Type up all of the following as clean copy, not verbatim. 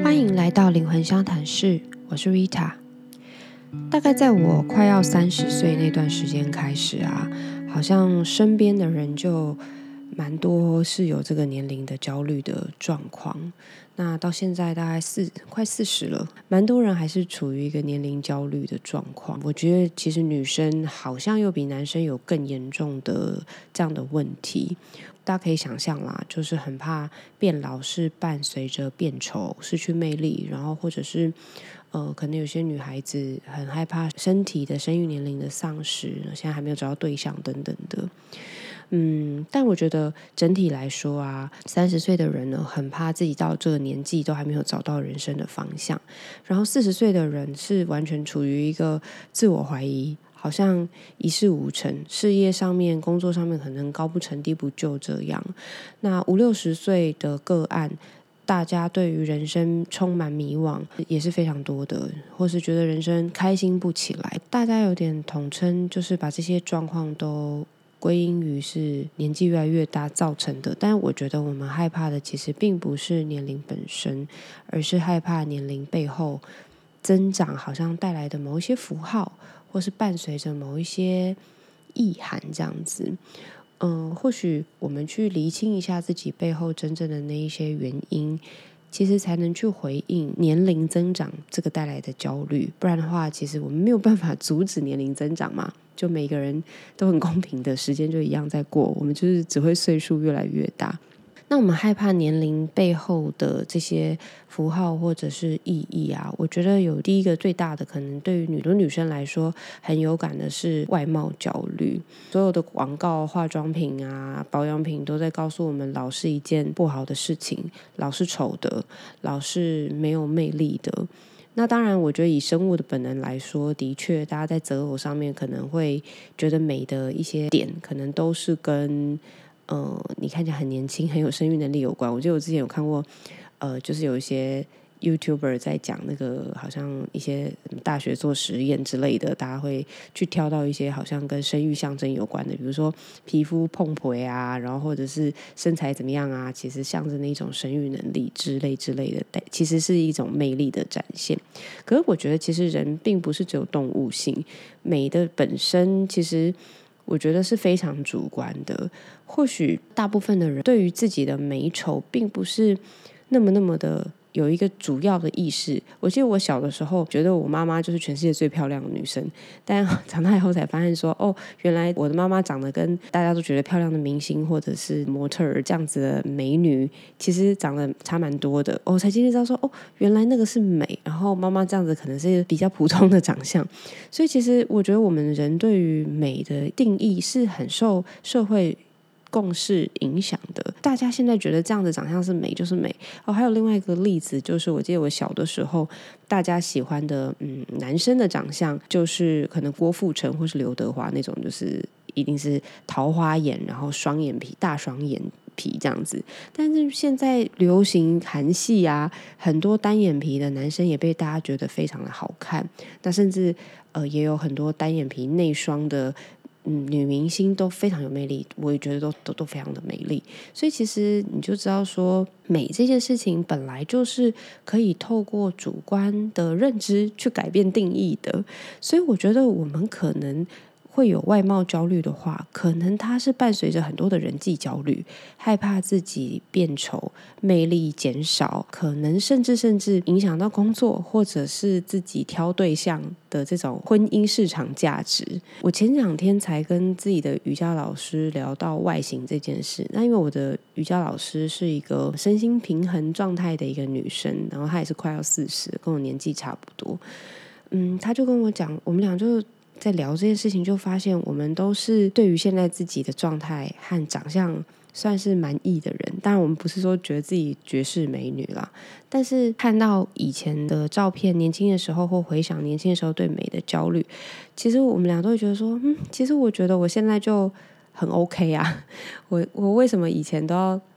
欢迎来到灵魂相谈室，我是 Rita。大概在我快要30岁那段时间开始好像身边的人就蛮多是有这个年龄的焦虑的状况。那到现在大概快40了，蛮多人还是处于一个年龄焦虑的状况。我觉得其实女生好像又比男生有更严重的这样的问题。大家可以想象啦，就是很怕变老是伴随着变丑、失去魅力，然后或者是可能有些女孩子很害怕身体的生育年龄的丧失，现在还没有找到对象等等的。但我觉得整体来说30岁的人呢，很怕自己到这个年纪都还没有找到人生的方向，然后40岁的人是完全处于一个自我怀疑，好像一事无成，事业上面工作上面可能高不成低不就这样。那50-60岁的个案，大家对于人生充满迷惘也是非常多的，或是觉得人生开心不起来，大家有点统称就是把这些状况都归因于是年纪越来越大造成的。但我觉得我们害怕的其实并不是年龄本身，而是害怕年龄背后增长好像带来的某一些符号，或是伴随着某一些意涵这样子。或许我们去厘清一下自己背后真正的那一些原因，其实才能去回应年龄增长这个带来的焦虑。不然的话，其实我们没有办法阻止年龄增长嘛，就每个人都很公平的时间就一样在过，我们就是只会岁数越来越大。那我们害怕年龄背后的这些符号或者是意义我觉得有第一个最大的可能对于很多女生来说很有感的是外貌焦虑。所有的广告、化妆品保养品都在告诉我们老是一件不好的事情，老是丑的，老是没有魅力的。那当然我觉得以生物的本能来说，的确大家在择偶上面可能会觉得美的一些点可能都是跟你看起来很年轻很有生育能力有关。我记得我之前有看过就是有一些 YouTuber 在讲那个好像一些大学做实验之类的，大家会去挑到一些好像跟生育象征有关的，比如说皮肤碰皮然后或者是身材怎么样其实象征那种生育能力之类的，其实是一种魅力的展现。可是我觉得其实人并不是只有动物性，美的本身其实我觉得是非常主观的。或许大部分的人对于自己的美丑并不是那么的有一个主要的意识。我记得我小的时候觉得我妈妈就是全世界最漂亮的女生，但长大以后才发现说原来我的妈妈长得跟大家都觉得漂亮的明星或者是模特儿这样子的美女其实长得差蛮多的。我才今天知道说原来那个是美，然后妈妈这样子可能是比较普通的长相。所以其实我觉得我们人对于美的定义是很受社会共识影响的。大家现在觉得这样的长相是美就是美还有另外一个例子，就是我记得我小的时候大家喜欢的男生的长相就是可能郭富城或是刘德华那种，就是一定是桃花眼，然后双眼皮大双眼皮这样子。但是现在流行韩系很多单眼皮的男生也被大家觉得非常的好看。那甚至也有很多单眼皮内双的女明星都非常有魅力，我也觉得都非常的美丽。所以其实你就知道说美这件事情本来就是可以透过主观的认知去改变定义的。所以我觉得我们可能会有外貌焦虑的话，可能它是伴随着很多的人际焦虑，害怕自己变丑，魅力减少，可能甚至影响到工作或者是自己挑对象的这种婚姻市场价值。我前2天才跟自己的瑜伽老师聊到外形这件事。那因为我的瑜伽老师是一个身心平衡状态的一个女生，然后她也是快要40，跟我年纪差不多。她就跟我讲，我们俩就在聊这件事情，就发现我们都是对于现在自己的状态和长相算是满意的人。当然我们不是说觉得自己绝世美女啦，但是看到以前的照片，年轻的时候或回想年轻的时候对美的焦虑，其实我们俩都会觉得说其实我觉得我现在就很 OK我为什么以前都要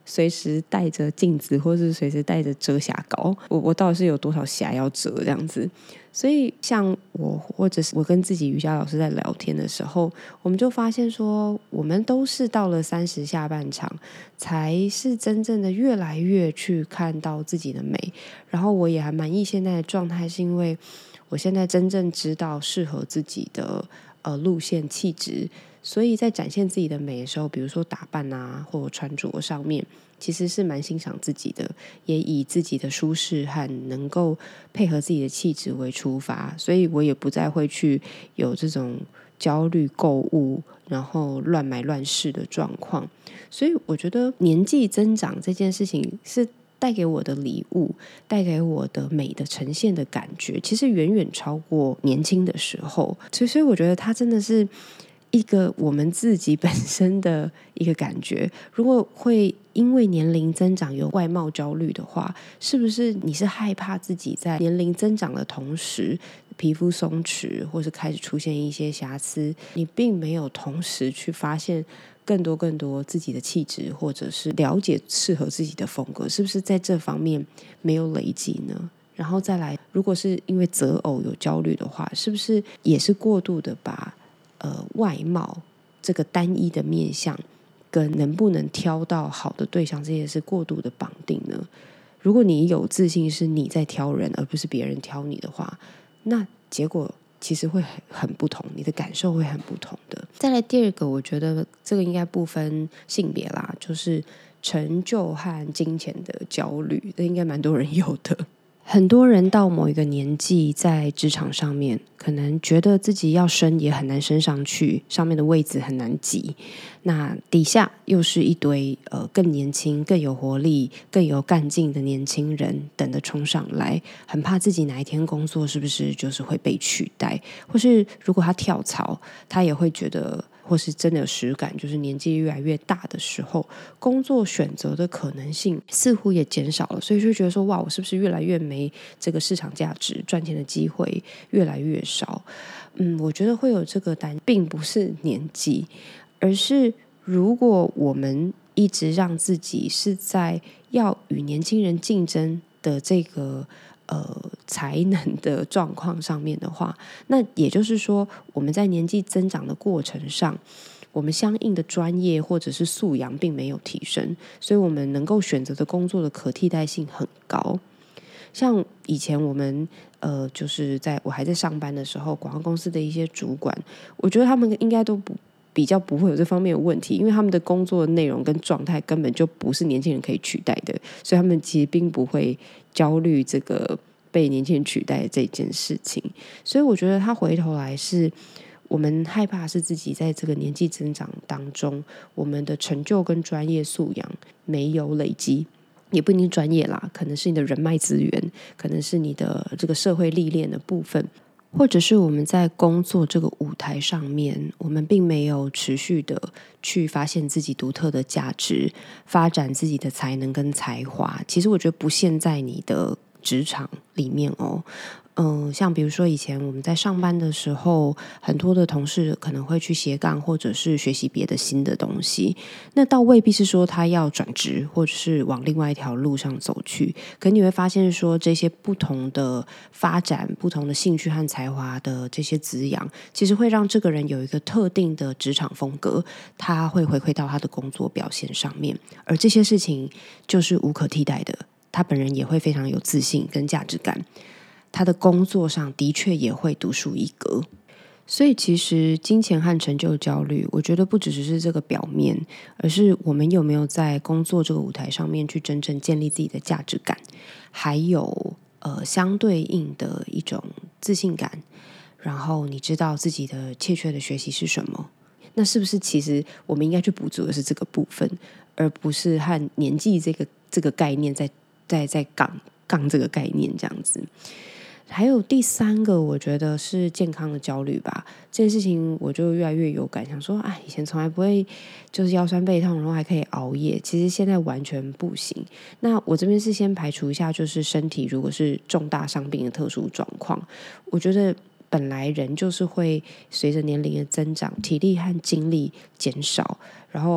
随时带着镜子，或是随时带着遮瑕膏，我到底是有多少瑕要遮这样子。所以像我或者是我跟自己瑜伽老师在聊天的时候，我们就发现说，我们都是到了30下半场才是真正的越来越去看到自己的美。然后我也还满意现在的状态，是因为我现在真正知道适合自己的路线气质，所以在展现自己的美的时候，比如说打扮啊或者穿着上面，其实是蛮欣赏自己的，也以自己的舒适和能够配合自己的气质为出发，所以我也不再会去有这种焦虑购物然后乱买乱试的状况。所以我觉得年纪增长这件事情是带给我的礼物，带给我的美的呈现的感觉，其实远远超过年轻的时候。所以我觉得它真的是一个我们自己本身的一个感觉。如果会因为年龄增长有外貌焦虑的话，是不是你是害怕自己在年龄增长的同时皮肤松弛，或是开始出现一些瑕疵，你并没有同时去发现更多自己的气质，或者是了解适合自己的风格，是不是在这方面没有累积呢？然后再来，如果是因为择偶有焦虑的话，是不是也是过度的把外貌这个单一的面向跟能不能挑到好的对象这件事过度的绑定呢？如果你有自信是你在挑人而不是别人挑你的话，那结果其实会很不同，你的感受会很不同的。再来第二个，我觉得这个应该不分性别啦，就是成就和金钱的焦虑，这应该蛮多人有的。很多人到某一个年纪，在职场上面可能觉得自己要升也很难升上去，上面的位置很难挤，那底下又是一堆更年轻更有活力更有干劲的年轻人等着冲上来，很怕自己哪一天工作是不是就是会被取代，或是如果他跳槽，他也会觉得，或是真的有实感，就是年纪越来越大的时候，工作选择的可能性似乎也减少了，所以就觉得说，哇，我是不是越来越没这个市场价值，赚钱的机会越来越少。我觉得会有这个担，并不是年纪，而是如果我们一直让自己是在要与年轻人竞争的这个才能的状况上面的话，那也就是说我们在年纪增长的过程上，我们相应的专业或者是素养并没有提升，所以我们能够选择的工作的可替代性很高。像以前我们就是在我还在上班的时候，广告公司的一些主管，我觉得他们应该都比较不会有这方面的问题，因为他们的工作内容跟状态根本就不是年轻人可以取代的，所以他们其实并不会焦虑这个被年轻人取代的这件事情。所以我觉得他回头来是我们害怕是自己在这个年纪增长当中，我们的成就跟专业素养没有累积，也不一定专业啦，可能是你的人脉资源，可能是你的这个社会历练的部分，或者是我们在工作这个舞台上面，我们并没有持续的去发现自己独特的价值，发展自己的才能跟才华。其实我觉得不限在你的职场里面哦。像比如说以前我们在上班的时候，很多的同事可能会去斜杠或者是学习别的新的东西，那倒未必是说他要转职或者是往另外一条路上走去，可你会发现说这些不同的发展、不同的兴趣和才华的这些滋养，其实会让这个人有一个特定的职场风格，他会回馈到他的工作表现上面，而这些事情就是无可替代的，他本人也会非常有自信跟价值感，他的工作上的确也会独树一格。所以其实金钱和成就焦虑，我觉得不只是这个表面，而是我们有没有在工作这个舞台上面去真正建立自己的价值感，还有相对应的一种自信感，然后你知道自己的切缺的学习是什么，那是不是其实我们应该去补足的是这个部分，而不是和年纪这个概念在杠这个概念这样子。还有第三个，我觉得是健康的焦虑吧。这件事情我就越来越有感，想说，以前从来不会就是腰酸背痛，然后还可以熬夜，其实现在完全不行。那我这边是先排除一下，就是身体如果是重大伤病的特殊状况，我觉得本来人就是会随着年龄的增长，体力和精力减少，然后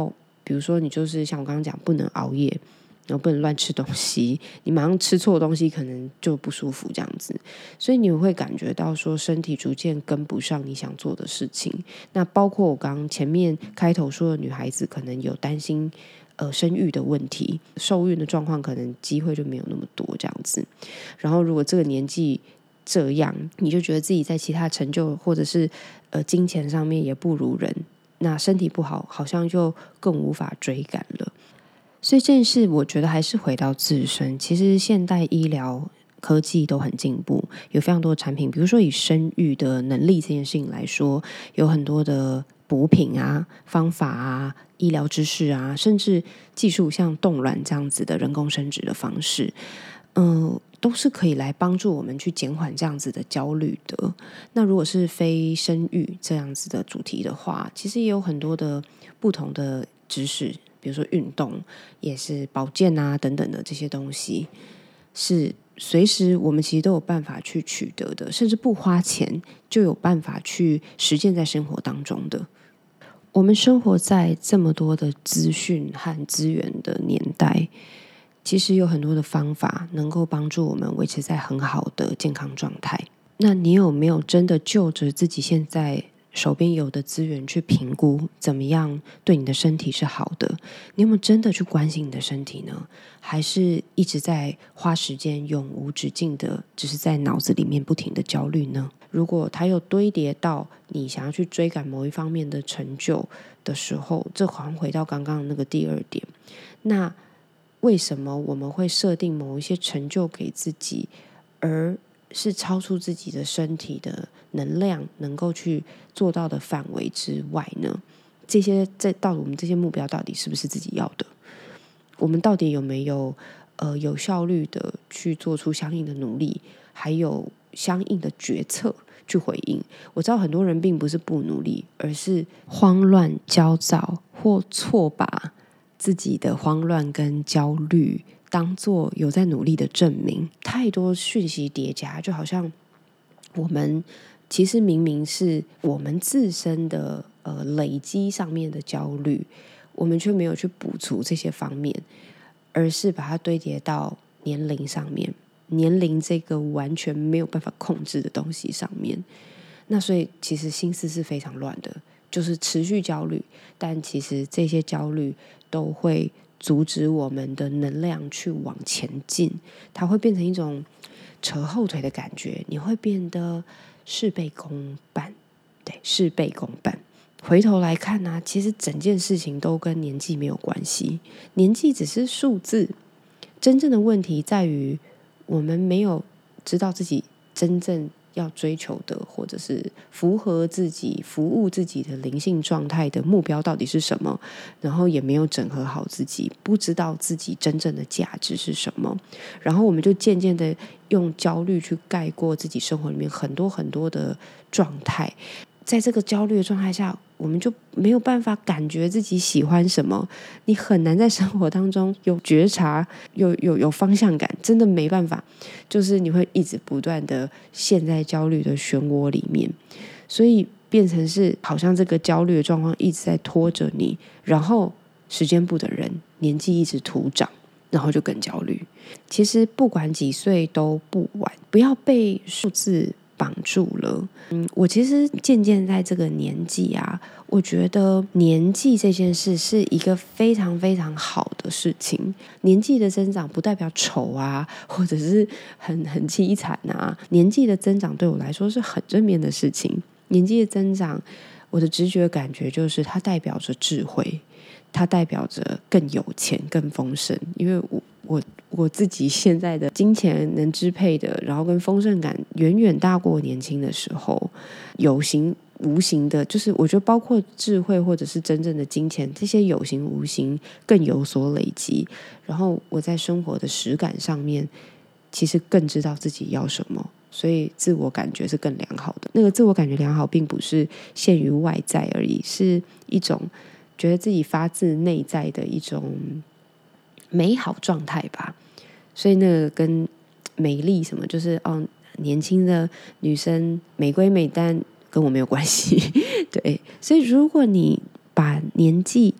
比如说你就是像我刚刚讲，不能熬夜，然后不能乱吃东西，你马上吃错东西可能就不舒服这样子，所以你会感觉到说身体逐渐跟不上你想做的事情。那包括我刚刚前面开头说的女孩子可能有担心生育的问题，受孕的状况可能机会就没有那么多这样子。然后如果这个年纪这样，你就觉得自己在其他成就或者是金钱上面也不如人，那身体不好好像就更无法追赶了。所以这件事我觉得还是回到自身，其实现代医疗科技都很进步，有非常多的产品，比如说以生育的能力这件事情来说，有很多的补品啊、方法啊、医疗知识啊，甚至技术像冻卵这样子的人工生殖的方式，都是可以来帮助我们去减缓这样子的焦虑的。那如果是非生育这样子的主题的话，其实也有很多的不同的知识，比如说运动，也是保健啊等等的这些东西，是随时我们其实都有办法去取得的，甚至不花钱就有办法去实践在生活当中的。我们生活在这么多的资讯和资源的年代，其实有很多的方法能够帮助我们维持在很好的健康状态。那你有没有真的就着自己现在手边有的资源去评估怎么样对你的身体是好的？你有没有真的去关心你的身体呢？还是一直在花时间永无止境的只是在脑子里面不停的焦虑呢？如果它又堆叠到你想要去追赶某一方面的成就的时候，这好像回到刚刚的那个第二点，那为什么我们会设定某一些成就给自己，而是超出自己的身体的能量能够去做到的范围之外呢？到底我们这些目标到底是不是自己要的？我们到底有没有有效率的去做出相应的努力，还有相应的决策去回应？我知道很多人并不是不努力，而是慌乱、焦躁或错把自己的慌乱跟焦虑当作有在努力的证明。太多讯息叠加，就好像我们其实明明是我们自身的累积上面的焦虑，我们却没有去补足这些方面，而是把它堆叠到年龄上面，年龄这个完全没有办法控制的东西上面。那所以其实心思是非常乱的，就是持续焦虑，但其实这些焦虑都会阻止我们的能量去往前进，它会变成一种扯后腿的感觉，你会变得事倍功半。对，事倍功半。回头来看啊，其实整件事情都跟年纪没有关系，年纪只是数字，真正的问题在于我们没有知道自己真正要追求的，或者是符合自己、服务自己的灵性状态的目标到底是什么，然后也没有整合好自己，不知道自己真正的价值是什么，然后我们就渐渐的用焦虑去盖过自己生活里面很多很多的状态。在这个焦虑的状态下，我们就没有办法感觉自己喜欢什么，你很难在生活当中有觉察，有方向感，真的没办法，就是你会一直不断的陷在焦虑的漩涡里面，所以变成是好像这个焦虑的状况一直在拖着你，然后时间不等人，年纪一直徒长，然后就更焦虑。其实不管几岁都不晚，不要被数字绑住了。我其实渐渐在这个年纪啊，我觉得年纪这件事是一个非常非常好的事情。年纪的增长不代表丑啊，或者是很凄惨啊。年纪的增长对我来说是很正面的事情。年纪的增长，我的直觉感觉就是它代表着智慧，它代表着更有钱、更丰盛。因为我自己现在的金钱能支配的，然后跟丰盛感远远大过我年轻的时候，有形无形的，就是我觉得包括智慧或者是真正的金钱，这些有形无形更有所累积，然后我在生活的实感上面其实更知道自己要什么，所以自我感觉是更良好的。那个自我感觉良好并不是限于外在而已，是一种觉得自己发自内在的一种美好状态吧。所以那个跟美丽什么，就是年轻的女生美归美，但跟我没有关系。对，所以如果你把年纪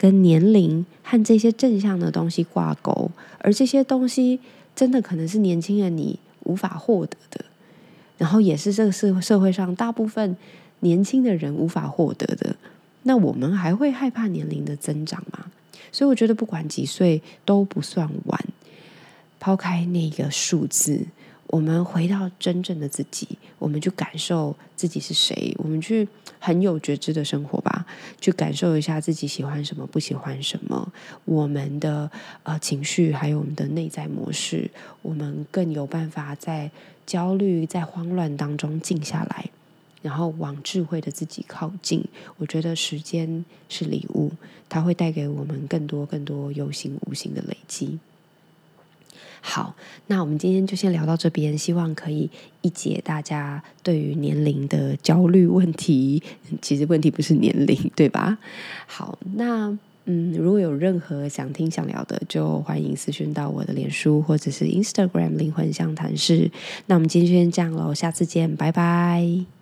跟年龄和这些正向的东西挂钩，而这些东西真的可能是年轻人你无法获得的，然后也是这个社会上大部分年轻的人无法获得的，那我们还会害怕年龄的增长吗？所以我觉得不管几岁都不算晚，抛开那个数字，我们回到真正的自己，我们去感受自己是谁，我们去很有觉知的生活吧，去感受一下自己喜欢什么不喜欢什么，我们的情绪还有我们的内在模式，我们更有办法在焦虑在慌乱当中静下来，然后往智慧的自己靠近。我觉得时间是礼物，它会带给我们更多更多有形无形的累积。好，那我们今天就先聊到这边，希望可以一解大家对于年龄的焦虑问题。其实问题不是年龄，对吧？好，那如果有任何想听想聊的，就欢迎私讯到我的脸书或者是 Instagram 灵魂相谈室。那我们今天就先这样咯，下次见，拜拜。